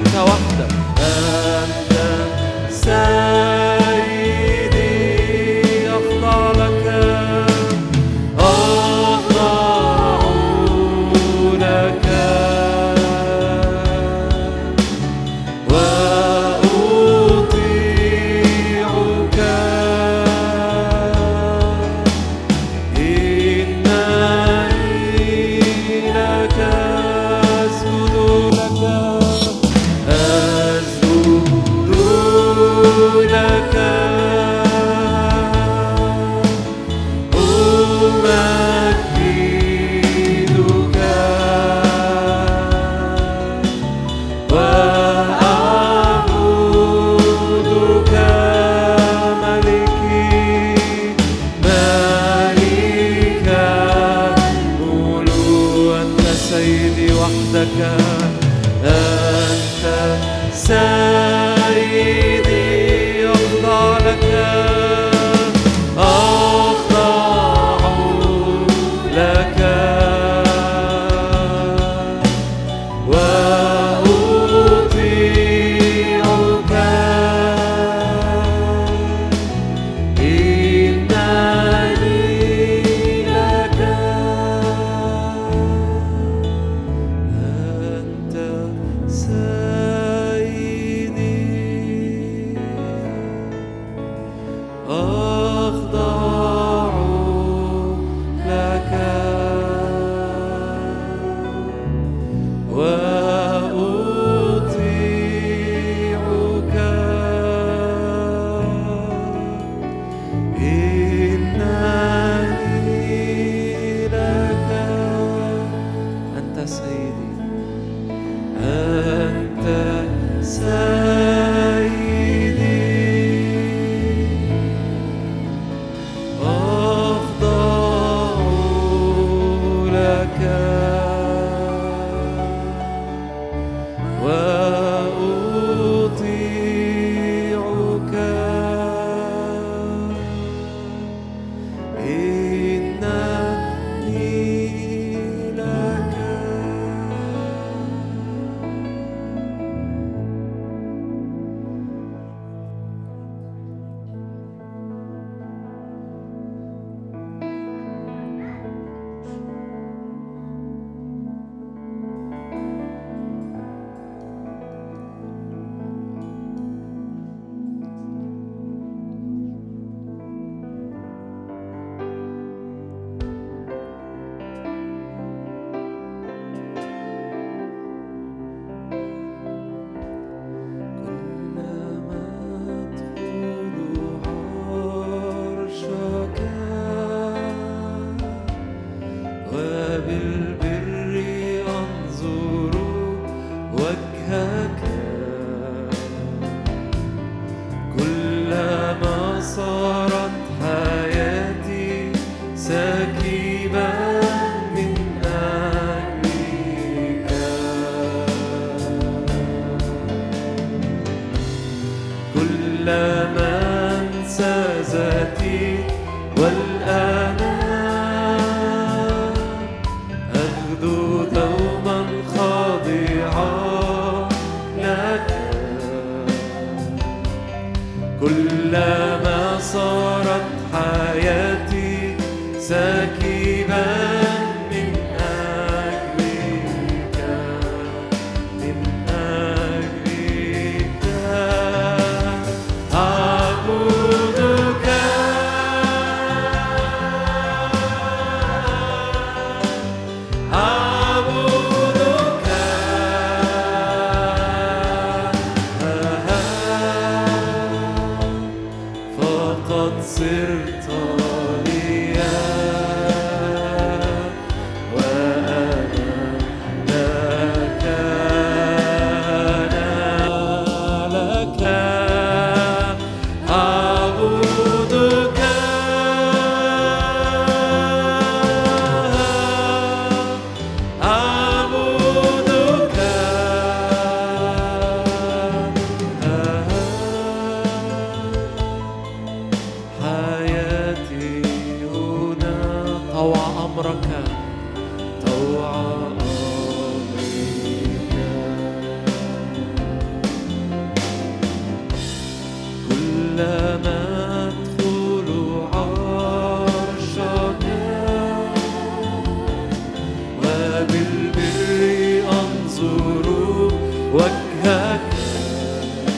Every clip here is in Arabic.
أنت وحدك. أنت سيدي أخضع لك، أخضع لك وأطيعك. إنني لك أسجد لك، أسجد لك، أمجدك وأعبدك. ملكي ملك الملوك، أنت سيدي وحدك. أنت سيدي أخضع لك، أخضع لك وأطيعك. إنني لك، أنت سيدي أخضع لك وأطيعك. إنني لك، أنت سيدي، أنت سيدي أخضع لك وأطيعك. إنني لك. وبالبر أنظر وجهك، كلما صارت حياتي سكيبا من أجلك، كلما أنسى ذاتي والآن دوما خاضعا لك، كلما صارت حياتي سكيبا من أجلك، من أجلك أعبدك.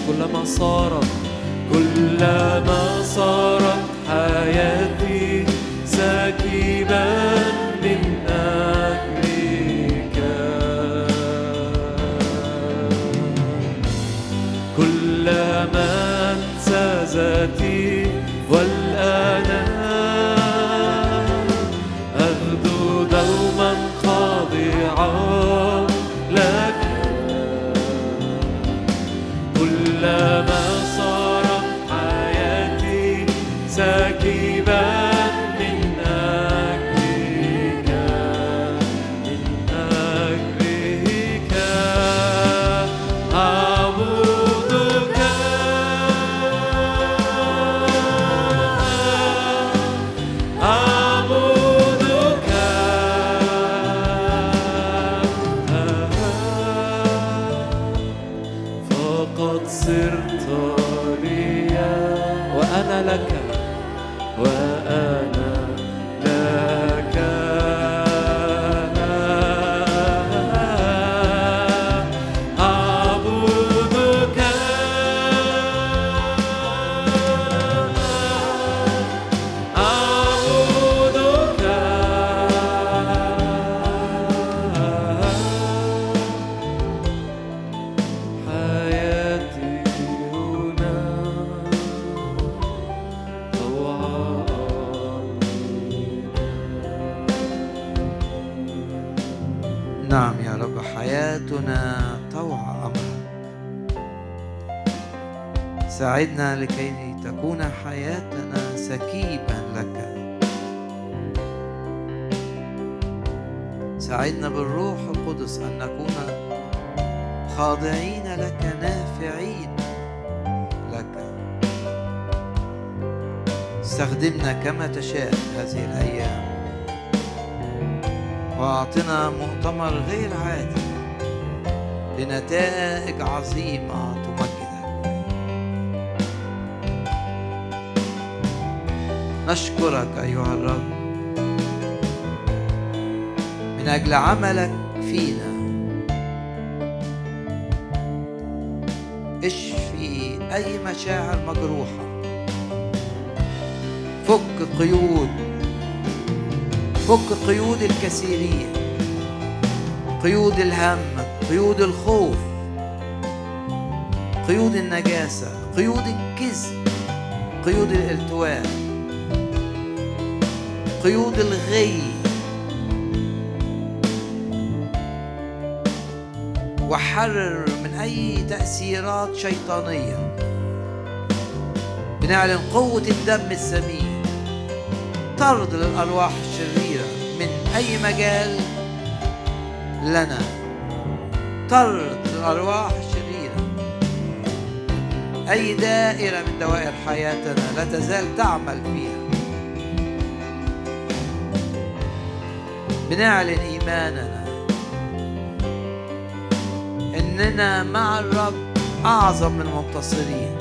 كلما صارت حياتي سكيبا من أجلك، كلما أنسى ذاتي والأنا أغدو دوما خاضعا لك، كلما صارت حياتي سكيبا من أجلك، من أجلك أعبدك، أعبدك فقد صرت لي وأنا لك، وأنا لك أعبدك، أعبدك حياتي هنا طوع أمرك. نعم يا رب، حياتنا طوع أمرك. ساعدنا لكي تكون حياتنا سكيبا لك. ساعدنا بالروح القدس أن نكون خاضعين لك، نافعين لك. استخدمنا كما تشاء هذه الأيام، وأعطنا مؤتمر غير عادي لنتائج عظيمة تمجدك. نشكرك أيها الرب من أجل عملك فينا. اشفي أي مشاعر مجروحة، فك قيود الكثيرين، قيود الهم، قيود الخوف، قيود النجاسة، قيود الكذب، قيود الالتواء، قيود الغي، وحرر من أي تأثيرات شيطانية. بنعلن قوة الدم الثمين، طرد للأرواح الشريرة من أي مجال لنا، طرد للأرواح الشريرة. أي دائرة من دوائر حياتنا لا تزال تعمل فيها. بنعلن إيماننا إننا مع الرب أعظم من المنتصرين.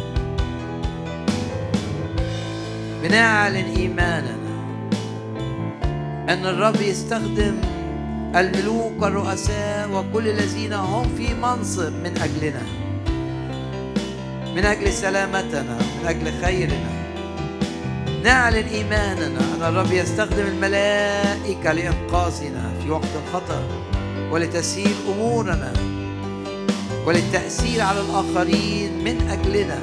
بنعلن إيماننا أن الرب يستخدم الملوك والرؤساء وكل الذين هم في منصب من أجلنا، من أجل سلامتنا، من أجل خيرنا. نعلن إيماننا أن الرب يستخدم الملائكة لإنقاذنا في وقت الخطر ولتسهيل أمورنا وللتأثير على الآخرين من أجلنا.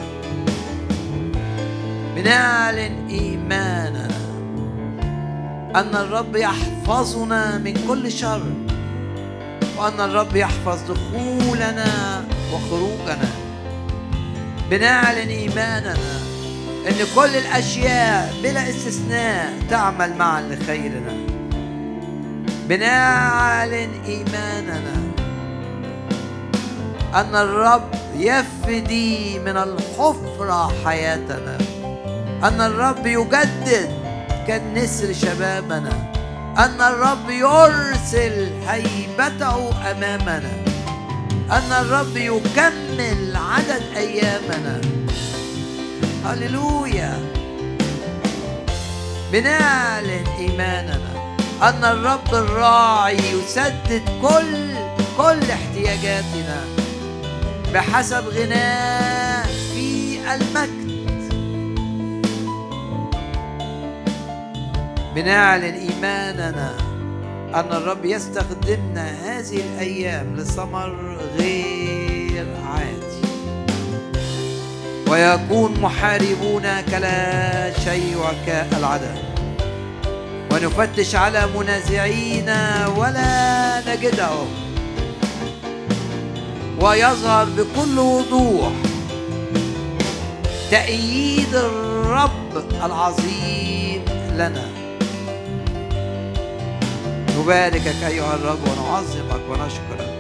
بنعلن إيماننا أن الرب يحفظنا من كل شر، وأن الرب يحفظ دخولنا وخروجنا. بنعلن إيماننا أن كل الأشياء بلا استثناء تعمل معا لخيرنا. بنعلن إيماننا أن الرب يفدي من الحفرة حياتنا، أن الرب يجدد كالنسر شبابنا، أن الرب يرسل هيبته أمامنا، أن الرب يكمل عدد أيامنا. هللويا. بنعلن إيماننا أن الرب الراعي يسدد كل احتياجاتنا بحسب غناه المجد. بنعلن إيماننا أن الرب يستخدمنا هذه الأيام لثمر غير عادي، ويكون محاربون كلا شيء وكالعدم، ونفتش على منازعين ولا نجدهم، ويظهر بكل وضوح تأييد الرب العظيم لنا. نباركك أيها الرب ونعظمك ونشكرك،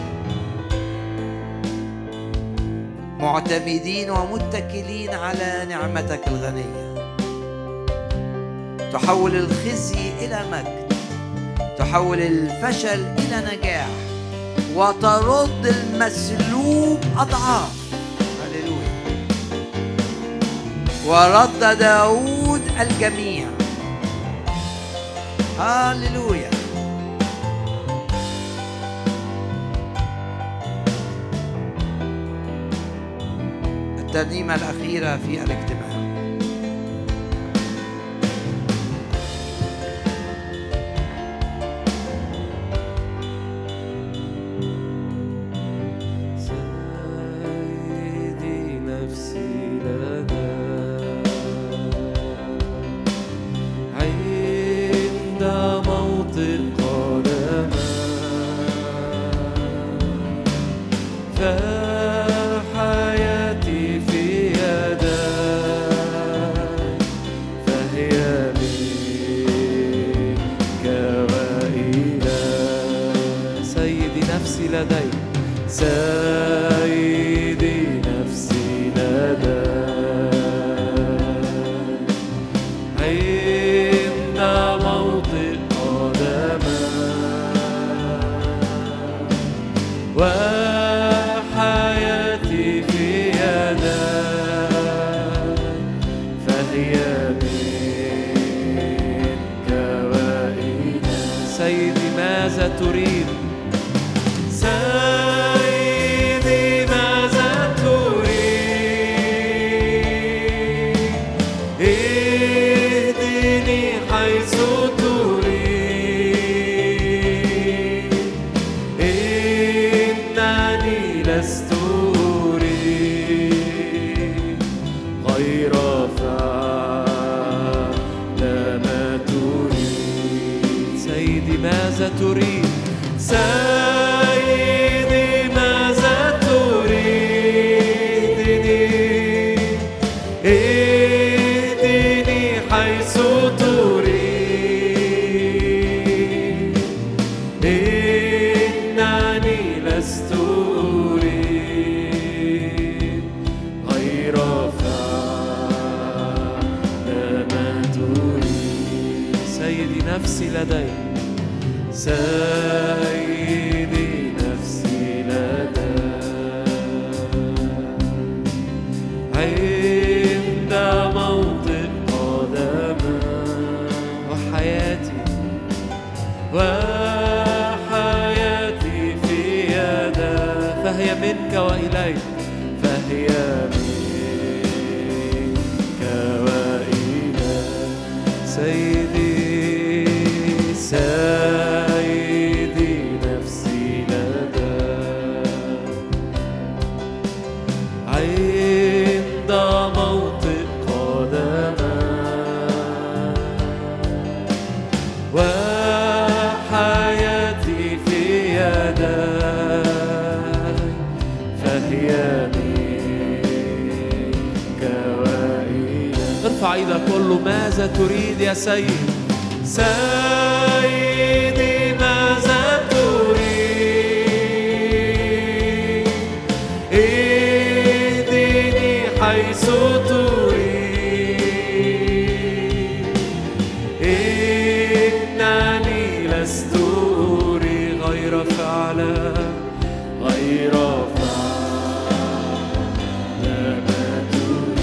معتمدين ومتكلين على نعمتك الغنية. تحول الخزي إلى مجد، تحول الفشل إلى نجاح، وترد المسلوب أضعاف. هللويا. ورد داود الجميع. هللويا. الترنيمة الأخيرة في الاجتماع. سيدي نفسي لديك عند موطئ قدمك، فحياتي في يديك، فهي منك وإليك. سيدي نفسي لديك، سيدي نفسي لديك عند موطئ قدمك، وحياتي في يديك، فهي منك وإليك. سيدي ماذا تريد؟ سيدي ماذا تريد؟ اهدني حيث تريد، إنني لست أريد غير فعل ما تريد. سيدي ماذا تريد؟ سيدي ماذا تريدني؟ اهدني حيث تريد، إنني لست أريد غير فعل ما تريد. سيدي نفسي لديك، سيدي نفسي لديك عند موطئ قدمك، وحياتي في يدك، فهي منك وإليك، فهي منك وإليك. سيدي نفسي لديك عند موطئ قدمك، وحياتي في يدك، فهي منك وإليك. ارفع ايدك قول له ماذا تريد يا سيد؟ سيدي ماذا تريد؟ اهدني حيث تريد، إنني لست أريد غير فعل ما تريد.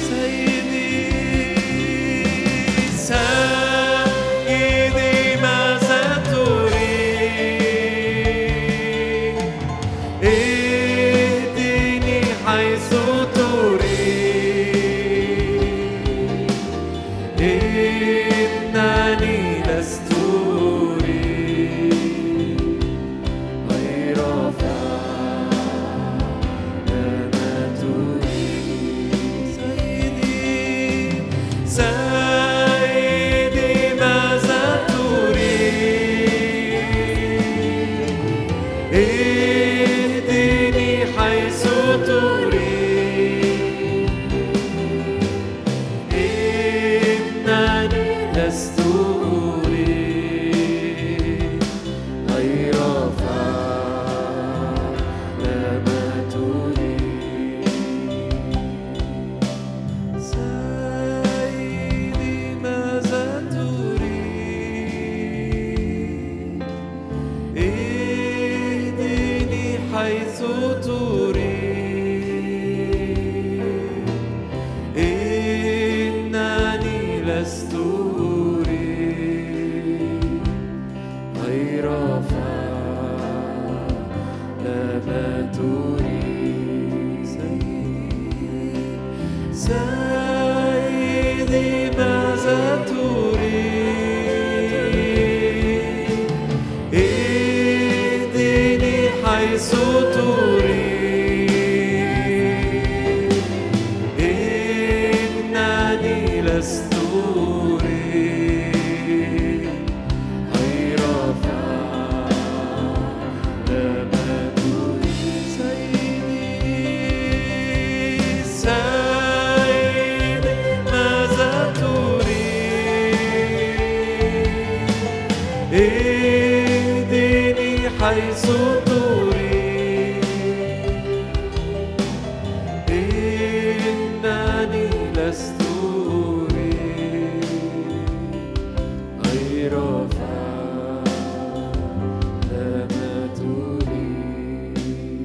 سيدي ماذا تريد؟ اهدني حيث تريد، سيدي ماذا تريد؟ اهدني حيث تريد، إنني لست أريد غير فعل ما تريد. سيدي ماذا تريد؟ اهدني حيث تريد، إنني لست أريد غير فعل ما تريد.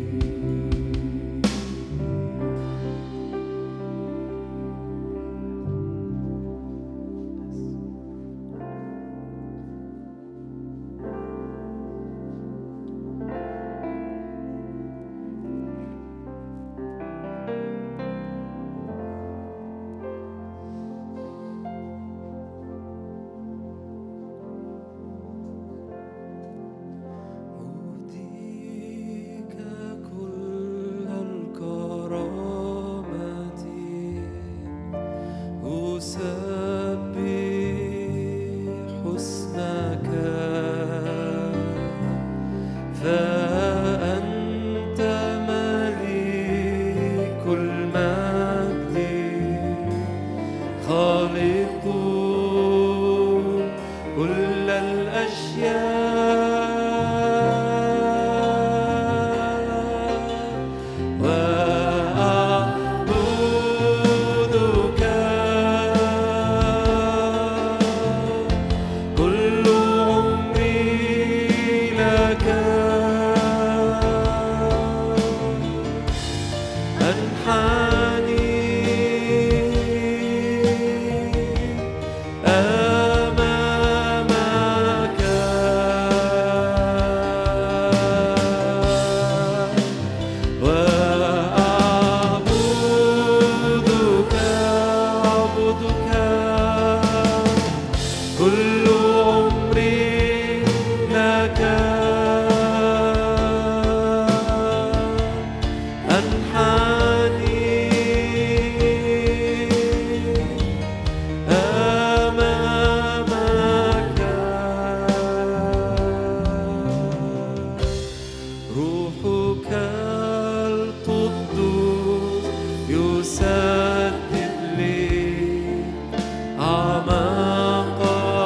أهديك كل الكرامة، أسبح اسمك، فأنت مليك المجد، خالق كل الأشياء، وأعبدك كل عمري لك، أنحني أمامك، وأعبدك كل عمري لك، أنحني أمامك. روحك القدوس يسدد لي أعماق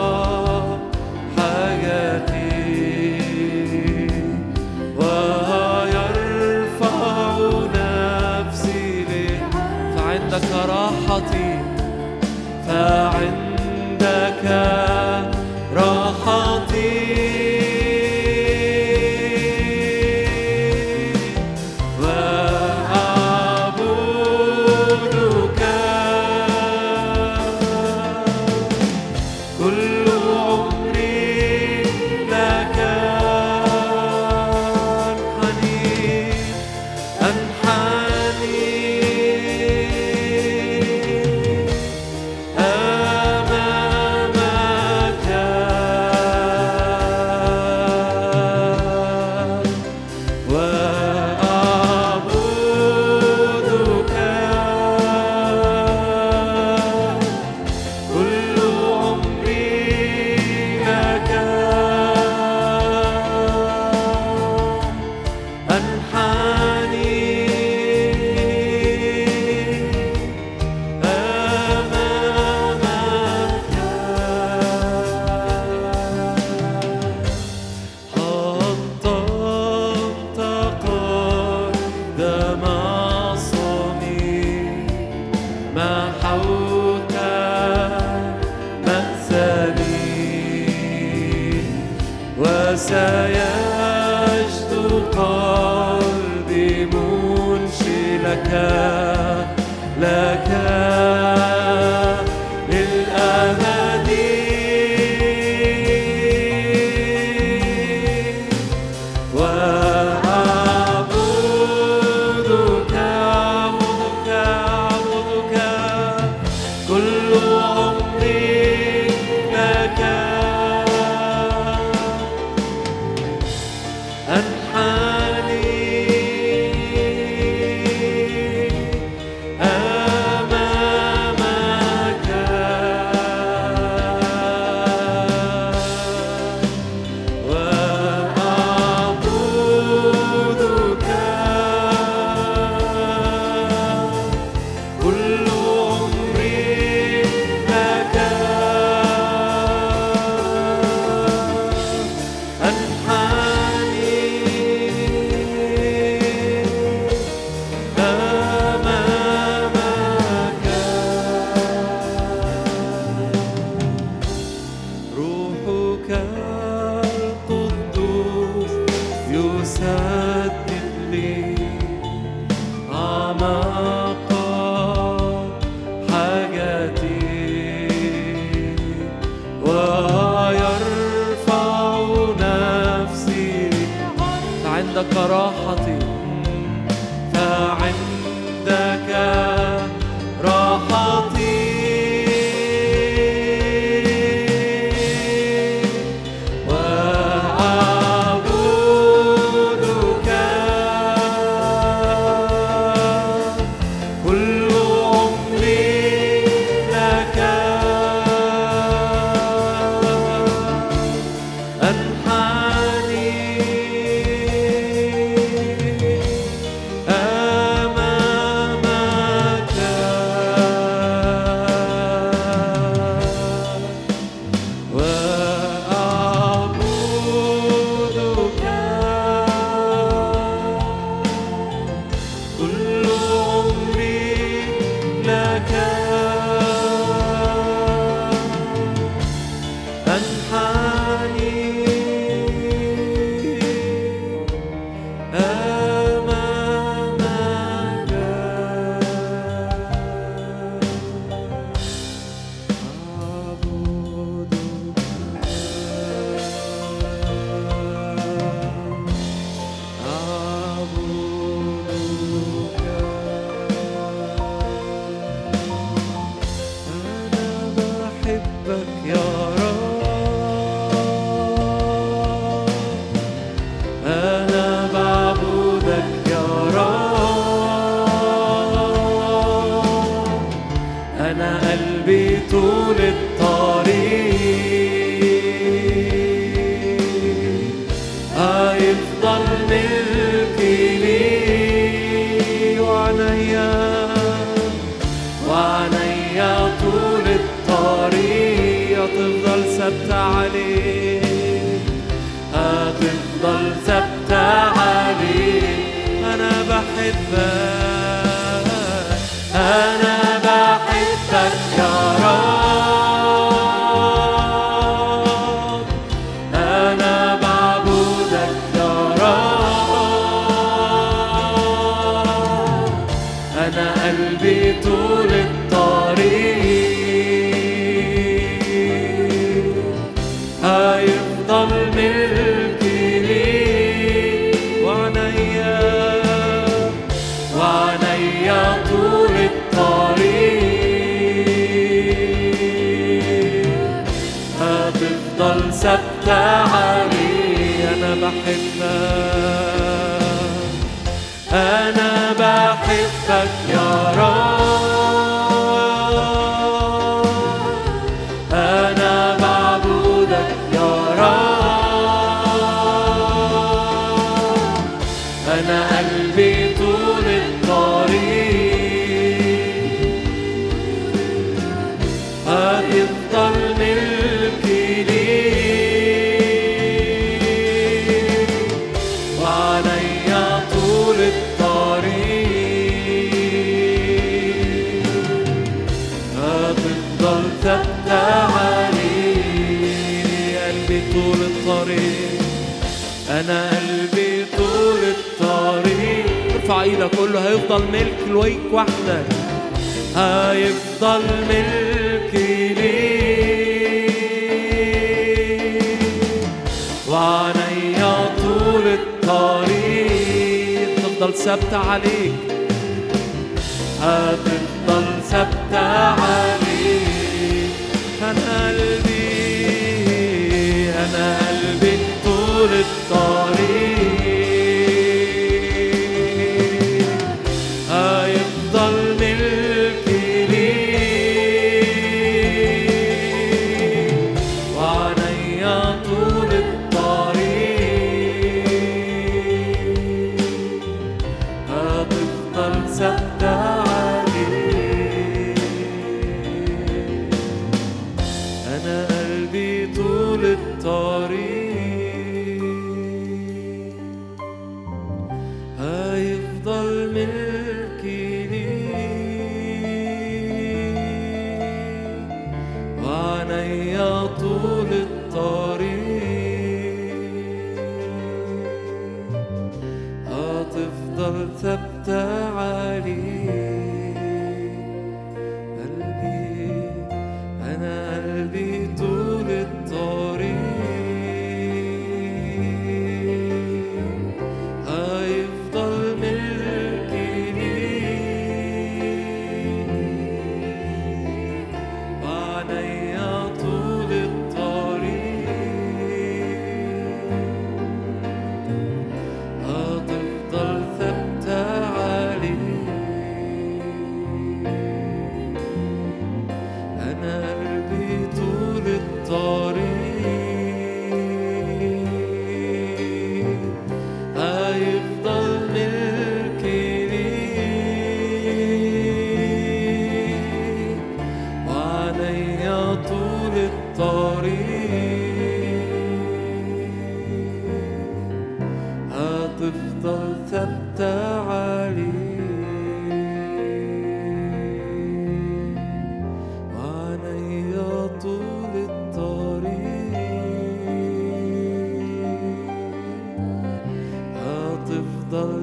حياتي، ويرفع نفسي لك. فعندك راحتي، فعندك راحتي، وأعبدك كل عمري لك، أنحني أمامك، وأعبدك كل عمري لك، أنحني أمامك. حطمت قدم عصامي، محوت مأساني، وسيجد قلبي منشلك لك للأبد، وأعبدك أنا قلبي طول الطريق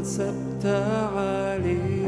ثبت عليه.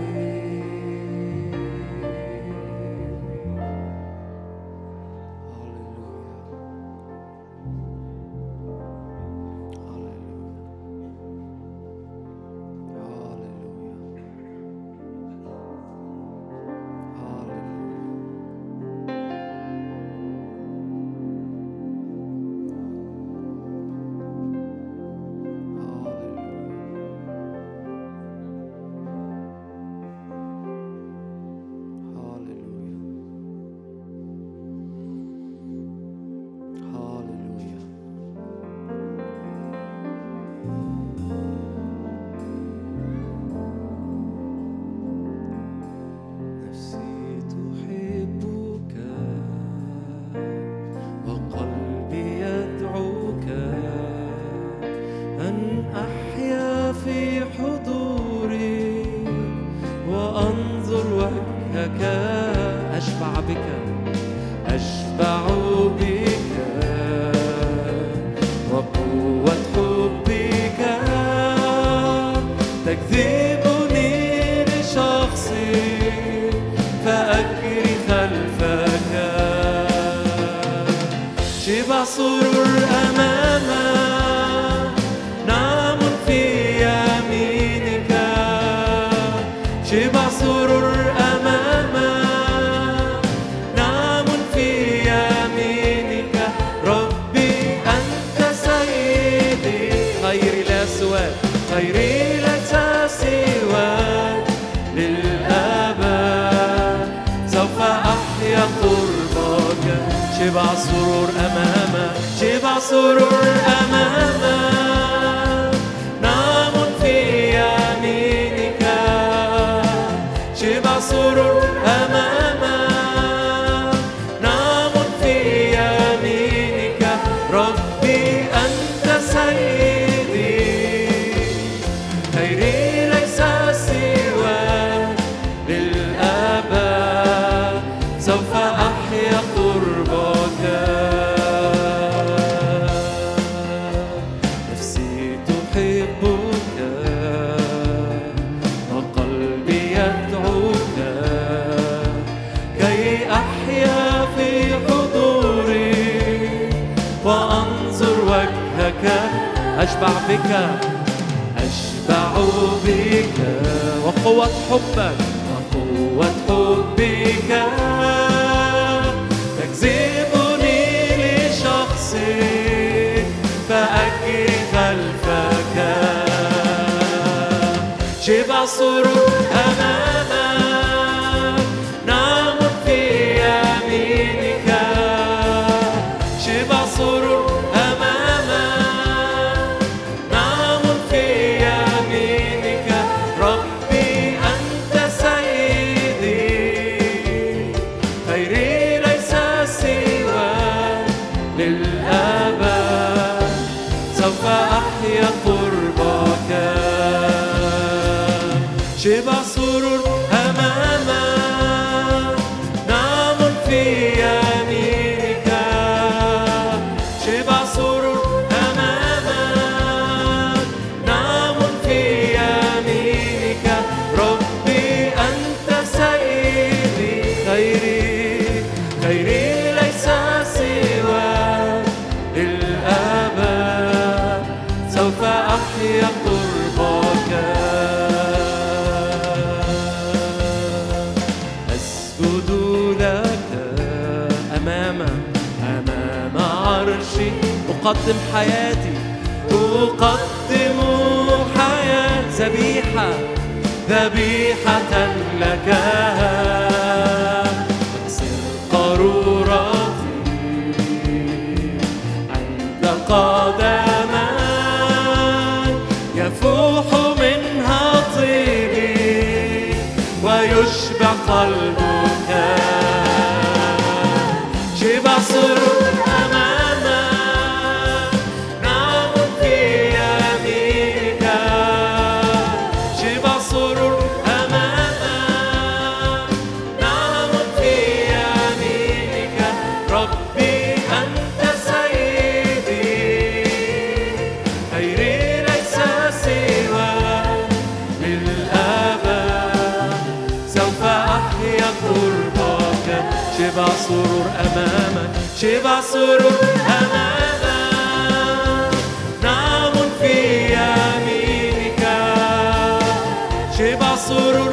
شبع سرور أمامك، شبع سرور أمامك، نعم في يمينك، شبع سرور أمامك، نعم في يمينك، ربي أنت سيدي، خيري ليس سواك، للأبد سوف أحيا قربك. نفسي تحبك وقلبي يدعوك كي أحيا في حضوري وأنظر وجهك. أشبع بك، أشبع بك وقوة حبك، وقوة حبك تجذبني لشخصك فأجري خلفك. شبع سرور أمامك، نعم في يمينك، شبع سرور أمامك، نعم في يمينك، ربي أنت سيدي، خيري ليس سواك، للأبد سوف أحيا قربك. شبع سرور أمامك، نعم في يمينك، شبع سرور أمامك، نعم في يمينك، ربي أنت سيدي، خيري خيري ليس سواك، للأبد سوف أحيا قربك. أسجد لك أمام عرشي، أقدم حياتي، أقدم حياة ذبيحة لك، أكسر قاروراتي عند قدمك، يفوح منها طيبي ويشبع قلبك. شبع سرور أمامك، نعم في يمينك، شبع سرور أمامك، نعم في يمينك، ربي أنت سيدي، خيري ليس سواك، سوف أحيا قربك. شبع سرور أمامك، شبع سرور أمامك، نعم في يمينك. شبع سرور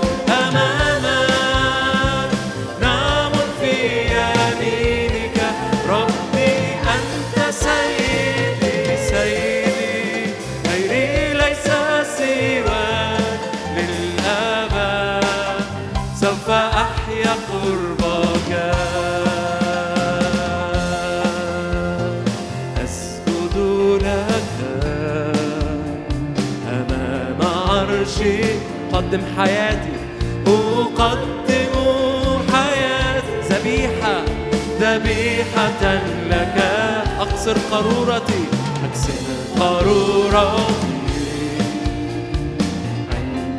أمامك، نعم في يمينك. ربي أنت سيدي سيدي، غيري ليس سواك للأبد. سوف أحيا قربك، أسجد لك أمام عرشي. أقدم حياتي، أقدم حياتي ذبيحة ذبيحة لك. أكسر قارورتي، أكسر قارورتي عند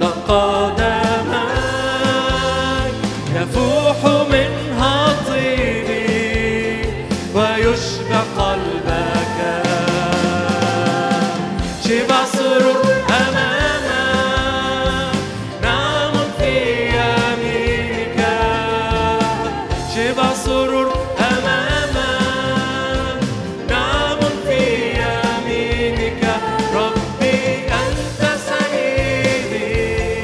قدمك. يفوح منها طيبي ويشبع قلبك. شبع سرور أمامك، نعم في يمينك. شبع سرور أمامك، نعم في يمينك. ربي أنت سيدي،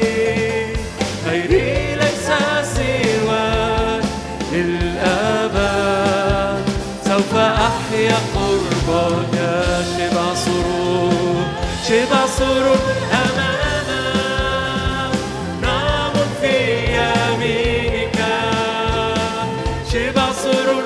غيري ليس سواك للأبد. سوف أحيا قربك. شبع سرور، شبع سرور أمامك، نعم في يمينك. شبع سرور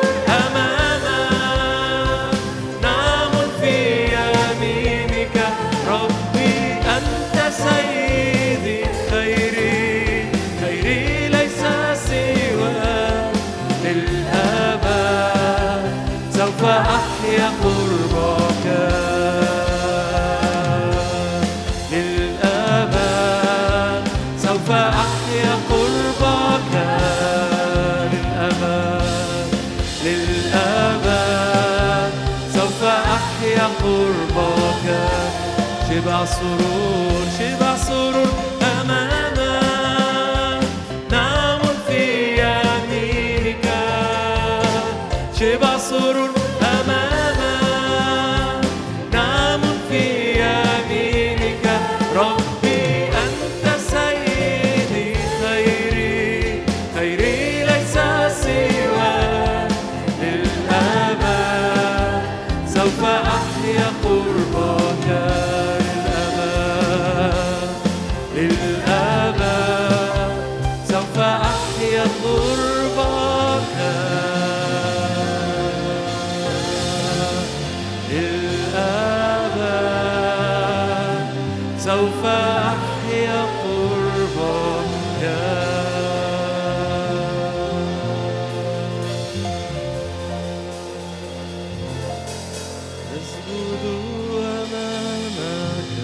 أمامك، نعم في يمينك. ربي أنت سيدي، خيري خيري ليس سواك للأبد. سوف أحيا قربك للأبد. سوف أحيا قربك للأبد للأبد. سوف أحيا قربك. شبع سرور، شبع سرور أمامك، نعم في يمينك. شبع سرور أمامك، نعم في يمينك. ربي أنت سيدي، خيري خيري ليس سواك للأبد. سوف أحيا قربك للأبد للأبد. سوف أحيا قربك للأبد. سوف أحيا قربك. أسجد أمامك،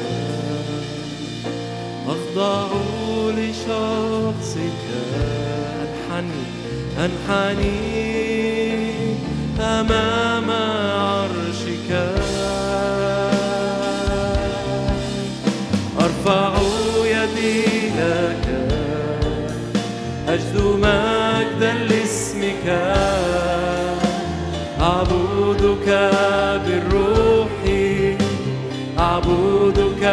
أخضع لشخصك. أنحني أمام عرشك. أرفع يدي لك، أجد مجدا لاسمك. أعبدك بالروح، أعبدك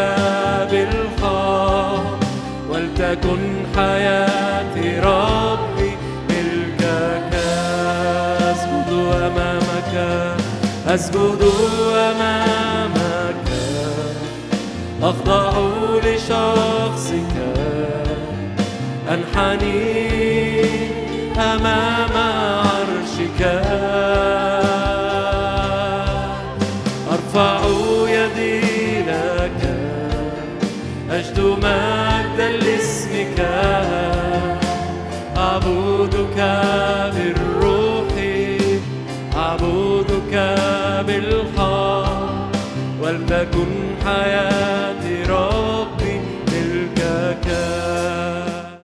بالحق. ولتكن حياتي ربي ملكك. أسجد أمامك، أسجد أمامك، أخضع لشخصك. أنحني أمام عرشك. أرفع يدي لك، أجد مجدا لاسمك. أعبدك بالروح، أعبدك بالحق. ولتكن حياتي